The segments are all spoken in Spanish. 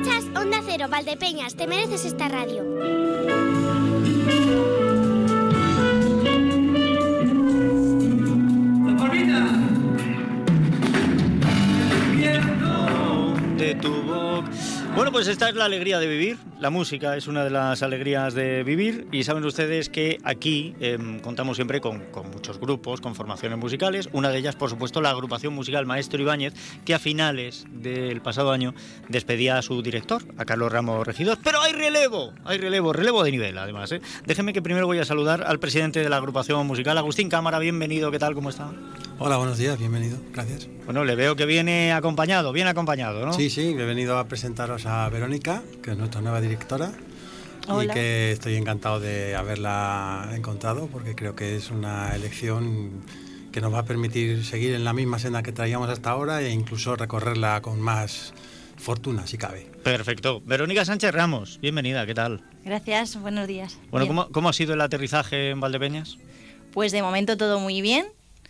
Escuchas Onda Cero, Valdepeñas, te mereces esta radio. De tu boca. Bueno, pues esta es la alegría de vivir. La música es una de las alegrías de vivir y saben ustedes que aquí contamos siempre con muchos grupos, con formaciones musicales. Una de ellas, por supuesto, la agrupación musical Maestro Ibáñez, que a finales del pasado año despedía a su director, a Carlos Ramos Regidor. Pero hay relevo de nivel, además. Déjenme que primero voy a saludar al presidente de la agrupación musical, Agustín Cámara. Bienvenido, ¿qué tal? ¿Cómo está? Hola, buenos días, bienvenido, gracias. Bueno, le veo que viene acompañado, bien acompañado, ¿no? Sí, he venido a presentaros a Verónica, que es nuestra nueva directora. Hola. Y que estoy encantado de haberla encontrado, porque creo que es una elección que nos va a permitir seguir en la misma senda que traíamos hasta ahora e incluso recorrerla con más fortuna, si cabe. Perfecto. Verónica Sánchez Ramos, bienvenida, ¿qué tal? Gracias, buenos días. Bueno, ¿cómo ha sido el aterrizaje en Valdepeñas? Pues de momento todo muy bien.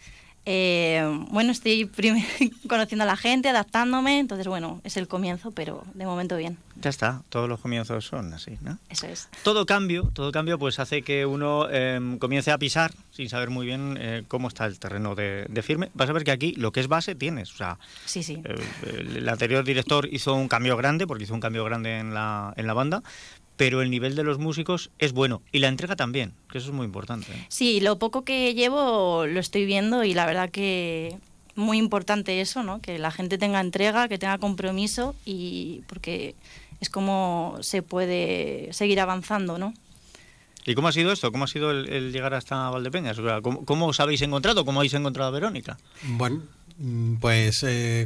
Bueno, estoy conociendo a la gente, adaptándome, entonces bueno, es el comienzo, pero de momento bien. Ya está, todos los comienzos son así, ¿no? Eso es. Todo cambio pues hace que uno comience a pisar sin saber muy bien cómo está el terreno de firme. Vas a ver que aquí lo que es base tienes, o sea, sí. El anterior director hizo un cambio grande, porque hizo un cambio grande en la banda, pero el nivel de los músicos es bueno y la entrega también, que eso es muy importante. Sí, lo poco que llevo lo estoy viendo y la verdad que muy importante eso, ¿no? Que la gente tenga entrega, que tenga compromiso y porque es como se puede seguir avanzando, ¿no? ¿Y cómo ha sido esto? ¿Cómo ha sido el llegar hasta Valdepeñas? O sea, ¿cómo os habéis encontrado? ¿Cómo habéis encontrado a Verónica? Bueno, pues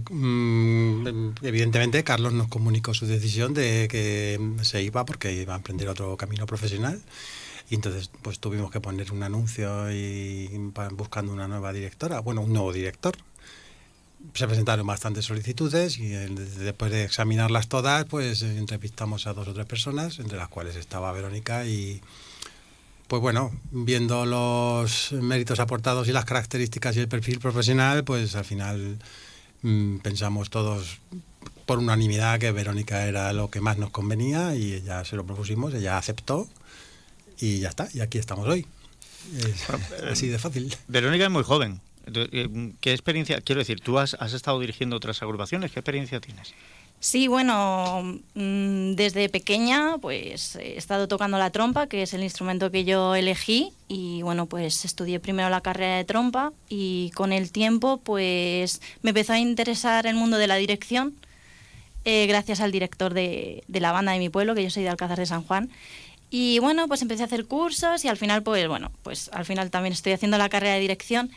evidentemente Carlos nos comunicó su decisión de que se iba porque iba a emprender otro camino profesional y entonces pues tuvimos que poner un anuncio buscando una nueva directora, bueno, un nuevo director. Se presentaron bastantes solicitudes y después de examinarlas todas pues entrevistamos a 2 o 3 personas, entre las cuales estaba Verónica y pues bueno, viendo los méritos aportados y las características y el perfil profesional, pues al final pensamos todos por unanimidad que Verónica era lo que más nos convenía y ella se lo propusimos, ella aceptó y ya está, y aquí estamos hoy. Es así de fácil. Verónica es muy joven. ¿Qué experiencia? Quiero decir, tú has estado dirigiendo otras agrupaciones, ¿qué experiencia tienes? Sí, bueno, desde pequeña pues he estado tocando la trompa, que es el instrumento que yo elegí y bueno, pues estudié primero la carrera de trompa y con el tiempo pues me empezó a interesar el mundo de la dirección gracias al director de la banda de mi pueblo, que yo soy de Alcázar de San Juan. Y bueno, pues empecé a hacer cursos y al final pues al final también estoy haciendo la carrera de dirección.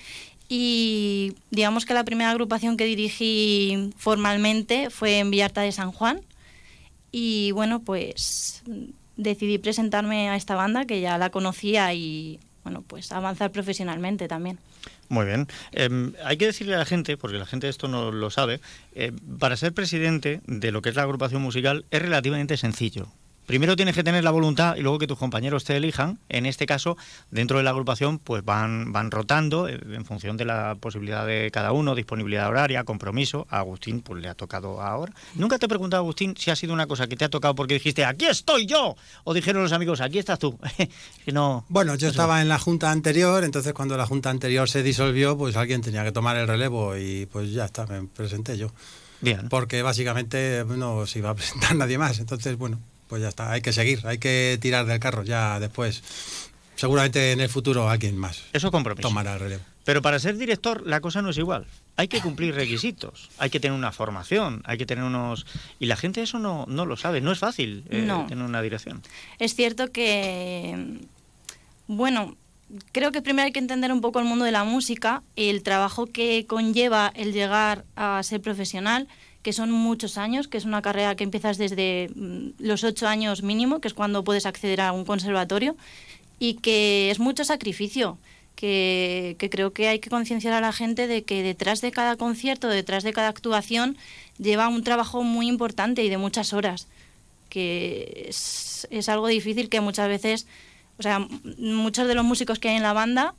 Y digamos que la primera agrupación que dirigí formalmente fue en Villarta de San Juan y bueno, pues decidí presentarme a esta banda que ya la conocía y bueno, pues avanzar profesionalmente también. Muy bien. Hay que decirle a la gente, porque la gente esto no lo sabe, para ser presidente de lo que es la agrupación musical es relativamente sencillo. Primero tienes que tener la voluntad y luego que tus compañeros te elijan. En este caso, dentro de la agrupación, pues van rotando en función de la posibilidad de cada uno, disponibilidad horaria, compromiso. A Agustín pues le ha tocado ahora. ¿Nunca te he preguntado, Agustín, si ha sido una cosa que te ha tocado porque dijiste, ¡aquí estoy yo! O dijeron los amigos, ¡aquí estás tú! Que no. Bueno, yo estaba en la junta anterior, entonces cuando la junta anterior se disolvió, pues alguien tenía que tomar el relevo y pues ya está, me presenté yo. Bien. Porque básicamente no se iba a presentar nadie más, entonces bueno, pues ya está, hay que seguir, hay que tirar del carro ya después. Seguramente en el futuro alguien más tomará el relevo. Pero para ser director la cosa no es igual. Hay que cumplir requisitos, hay que tener una formación, hay que tener unos... Y la gente eso no lo sabe, no es fácil tener una dirección. Es cierto que, bueno, creo que primero hay que entender un poco el mundo de la música, el trabajo que conlleva el llegar a ser profesional, que son muchos años, que es una carrera que empiezas desde los 8 años mínimo, que es cuando puedes acceder a un conservatorio, y que es mucho sacrificio, que creo que hay que concienciar a la gente de que detrás de cada concierto, detrás de cada actuación, lleva un trabajo muy importante y de muchas horas, que es algo difícil que muchas veces, o sea, muchos de los músicos que hay en la banda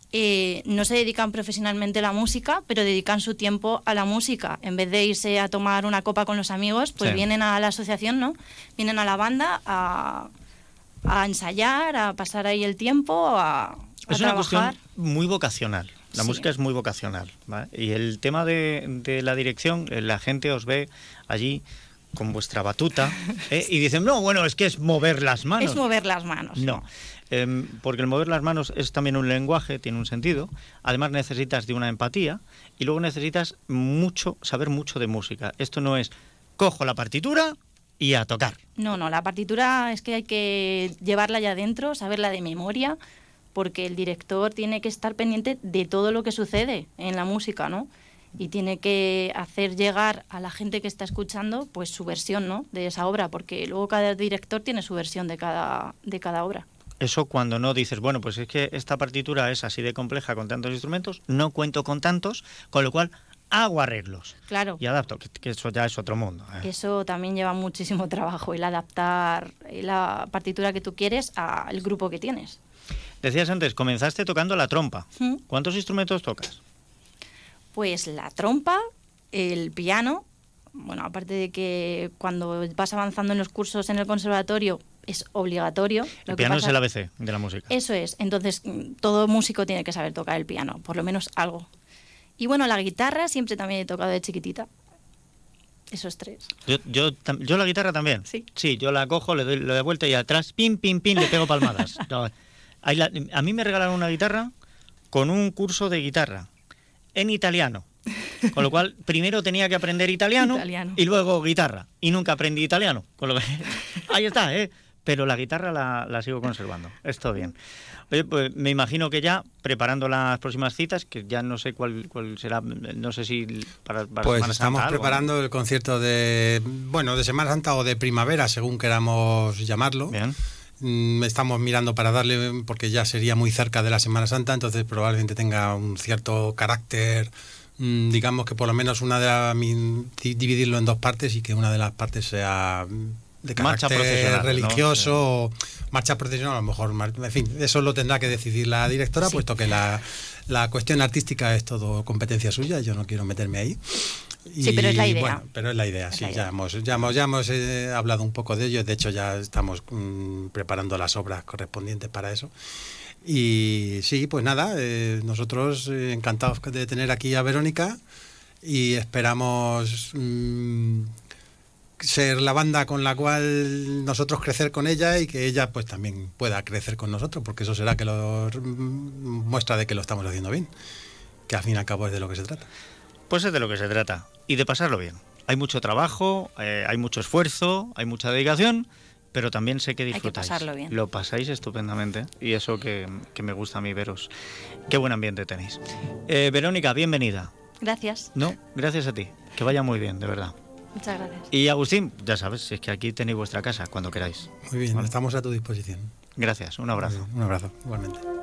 no se dedican profesionalmente a la música, pero dedican su tiempo a la música. En vez de irse a tomar una copa con los amigos, pues vienen a la asociación, ¿no? Vienen a la banda a ensayar, a pasar ahí el tiempo, a es trabajar. Una cuestión muy vocacional. La música es muy vocacional, ¿vale? Y el tema de la dirección, la gente os ve allí con vuestra batuta y dicen, no, bueno, es que es mover las manos. Es mover las manos. No, porque el mover las manos es también un lenguaje, tiene un sentido. Además necesitas de una empatía y luego necesitas saber mucho de música. Esto no es, cojo la partitura y a tocar. No, la partitura es que hay que llevarla ya adentro, saberla de memoria, porque el director tiene que estar pendiente de todo lo que sucede en la música, ¿no? Y tiene que hacer llegar a la gente que está escuchando pues su versión, ¿no?, de esa obra, porque luego cada director tiene su versión de cada obra. Eso cuando no dices, bueno, pues es que esta partitura es así de compleja con tantos instrumentos, no cuento con tantos, con lo cual hago arreglos. Claro. Y adapto, que eso ya es otro mundo. Eso también lleva muchísimo trabajo, el adaptar la partitura que tú quieres al grupo que tienes. Decías antes, comenzaste tocando la trompa. ¿Cuántos instrumentos tocas? Pues la trompa, el piano, bueno, aparte de que cuando vas avanzando en los cursos en el conservatorio es obligatorio. El piano es el ABC de la música. Eso es, entonces todo músico tiene que saber tocar el piano, por lo menos algo. Y bueno, la guitarra siempre también he tocado de chiquitita. Esos tres. Yo la guitarra también. Sí, yo la cojo, le doy de vuelta y atrás, pim, pim, pim, le pego palmadas. A mí me regalaron una guitarra con un curso de guitarra en italiano. Con lo cual, primero tenía que aprender italiano. Y luego guitarra. Y nunca aprendí italiano. Con lo que, ahí está, ¿eh? Pero la guitarra la sigo conservando. Esto bien. Oye, pues me imagino que ya preparando las próximas citas, que ya no sé cuál será, no sé si para pues Semana estamos Santa, preparando algo, ¿no? El concierto de Semana Santa o de primavera, según queramos llamarlo. Bien. Estamos mirando para darle, porque ya sería muy cerca de la Semana Santa, entonces probablemente tenga un cierto carácter, digamos que por lo menos dividirlo en dos partes y que una de las partes sea de carácter religioso, ¿no? O marcha procesional, a lo mejor, en fin, eso lo tendrá que decidir la directora, puesto que la cuestión artística es todo competencia suya, yo no quiero meterme ahí. Sí, pero es la idea. Bueno, pero es la idea, sí, ya hemos hablado un poco de ello, de hecho ya estamos preparando las obras correspondientes para eso. Y sí, pues nada, nosotros encantados de tener aquí a Verónica y esperamos ser la banda con la cual nosotros crecer con ella y que ella pues también pueda crecer con nosotros, porque eso será que muestra de que lo estamos haciendo bien, que al fin y al cabo es de lo que se trata. Pues es de lo que se trata, y de pasarlo bien. Hay mucho trabajo, hay mucho esfuerzo, hay mucha dedicación, pero también sé que disfrutáis. Hay que pasarlo bien. Lo pasáis estupendamente, y eso que me gusta a mí veros. Qué buen ambiente tenéis. Verónica, bienvenida. Gracias. No, gracias a ti. Que vaya muy bien, de verdad. Muchas gracias. Y Agustín, ya sabes, es que aquí tenéis vuestra casa cuando queráis. Muy bien, ¿vale? Estamos a tu disposición. Gracias, un abrazo. Un abrazo, igualmente.